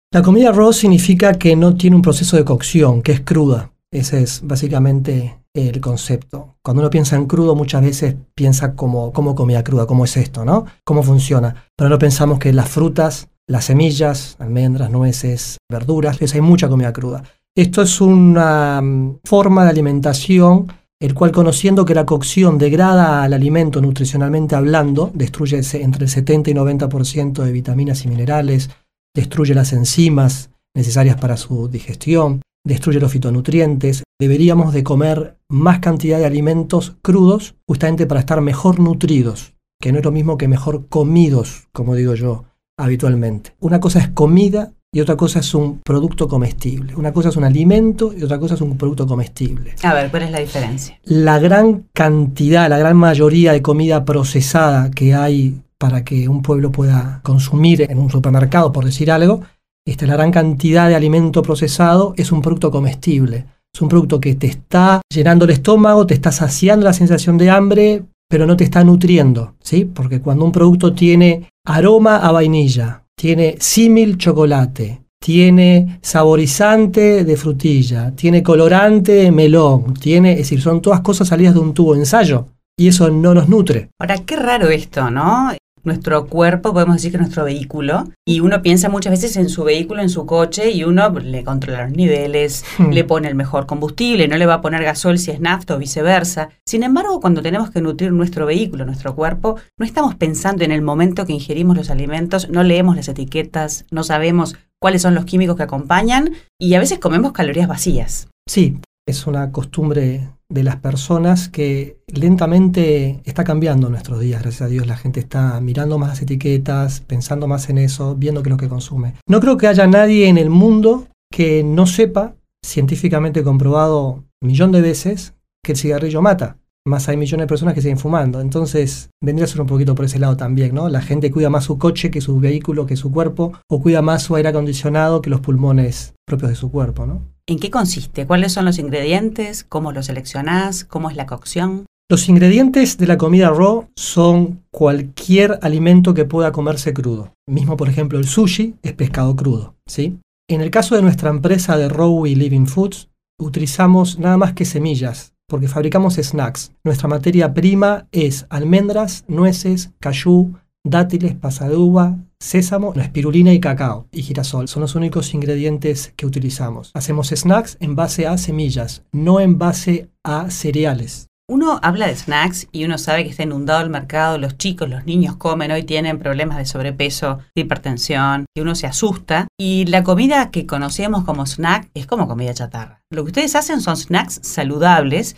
La comida raw significa que no tiene un proceso de cocción, que es cruda. Ese es básicamente el concepto. Cuando uno piensa en crudo, muchas veces piensa como comida cruda, cómo es esto, ¿no? Cómo funciona. Pero no pensamos que las frutas, las semillas, almendras, nueces, verduras, entonces hay mucha comida cruda. Esto es una forma de alimentación, el cual, conociendo que la cocción degrada al alimento nutricionalmente hablando, destruye entre el 70 y 90% de vitaminas y minerales, destruye las enzimas necesarias para su digestión, destruye los fitonutrientes. Deberíamos de comer más cantidad de alimentos crudos justamente para estar mejor nutridos, que no es lo mismo que mejor comidos, como digo yo habitualmente. Una cosa es comida y otra cosa es un producto comestible. Una cosa es un alimento y otra cosa es un producto comestible. A ver, ¿cuál es la diferencia? La gran cantidad, la gran mayoría de comida procesada que hay para que un pueblo pueda consumir en un supermercado, por decir algo, la gran cantidad de alimento procesado es un producto comestible. Es un producto que te está llenando el estómago, te está saciando la sensación de hambre, pero no te está nutriendo, ¿sí? Porque cuando un producto tiene aroma a vainilla, tiene símil chocolate, tiene saborizante de frutilla, tiene colorante de melón, es decir, son todas cosas salidas de un tubo de ensayo, y eso no nos nutre. Ahora, qué raro esto, ¿no? Nuestro cuerpo, podemos decir que es nuestro vehículo, y uno piensa muchas veces en su vehículo, en su coche, y uno le controla los niveles, le pone el mejor combustible, no le va a poner gasol si es nafta o viceversa. Sin embargo, cuando tenemos que nutrir nuestro vehículo, nuestro cuerpo, no estamos pensando en el momento que ingerimos los alimentos, no leemos las etiquetas, no sabemos cuáles son los químicos que acompañan, y a veces comemos calorías vacías. Sí, es una costumbre de las personas que lentamente está cambiando en nuestros días, gracias a Dios. La gente está mirando más las etiquetas, pensando más en eso, viendo qué es lo que consume. No creo que haya nadie en el mundo que no sepa, científicamente comprobado 1.000.000 de veces, que el cigarrillo mata. Más hay millones de personas que siguen fumando. Entonces vendría a ser un poquito por ese lado también, ¿no? La gente cuida más su coche que su vehículo, que su cuerpo, o cuida más su aire acondicionado que los pulmones propios de su cuerpo, ¿no? ¿En qué consiste? ¿Cuáles son los ingredientes? ¿Cómo los seleccionás? ¿Cómo es la cocción? Los ingredientes de la comida raw son cualquier alimento que pueda comerse crudo. Mismo, por ejemplo, el sushi es pescado crudo, ¿sí? En el caso de nuestra empresa de Raw y Living Foods, utilizamos nada más que semillas, porque fabricamos snacks. Nuestra materia prima es almendras, nueces, cayú, dátiles, pasa de uva, sésamo, espirulina y cacao y girasol. Son los únicos ingredientes que utilizamos. Hacemos snacks en base a semillas, no en base a cereales. Uno habla de snacks y uno sabe que está inundado el mercado, los chicos, los niños comen, hoy tienen problemas de sobrepeso, de hipertensión, y uno se asusta. Y la comida que conocemos como snack es como comida chatarra. Lo que ustedes hacen son snacks saludables,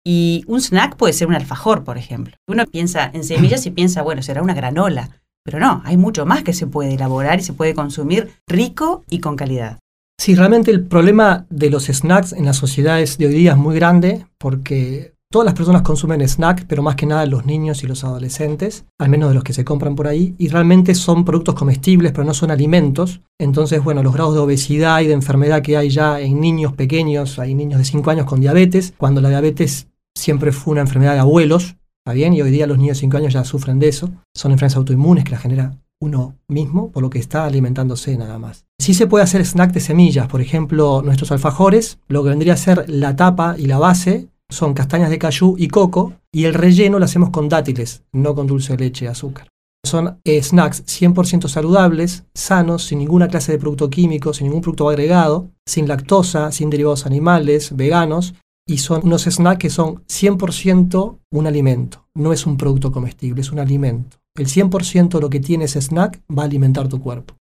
y un snack puede ser un alfajor, por ejemplo. Uno piensa en semillas y piensa, bueno, será una granola. Pero no, hay mucho más que se puede elaborar y se puede consumir rico y con calidad. Sí, realmente el problema de los snacks en las sociedades de hoy día es muy grande, porque todas las personas consumen snacks, pero más que nada los niños y los adolescentes, al menos de los que se compran por ahí, y realmente son productos comestibles, pero no son alimentos. Entonces, bueno, los grados de obesidad y de enfermedad que hay ya en niños pequeños, hay niños de 5 años con diabetes, cuando la diabetes siempre fue una enfermedad de abuelos, ¿está bien? Y hoy día los niños de 5 años ya sufren de eso. Son enfermedades autoinmunes que las genera uno mismo, por lo que está alimentándose nada más. Sí se puede hacer snack de semillas. Por ejemplo, nuestros alfajores, lo que vendría a ser la tapa y la base, son castañas de cayú y coco, y el relleno lo hacemos con dátiles, no con dulce de leche y azúcar. Son snacks 100% saludables, sanos, sin ninguna clase de producto químico, sin ningún producto agregado, sin lactosa, sin derivados animales, veganos, y son unos snacks que son 100% un alimento. No es un producto comestible, es un alimento. El 100% de lo que tiene ese snack va a alimentar tu cuerpo.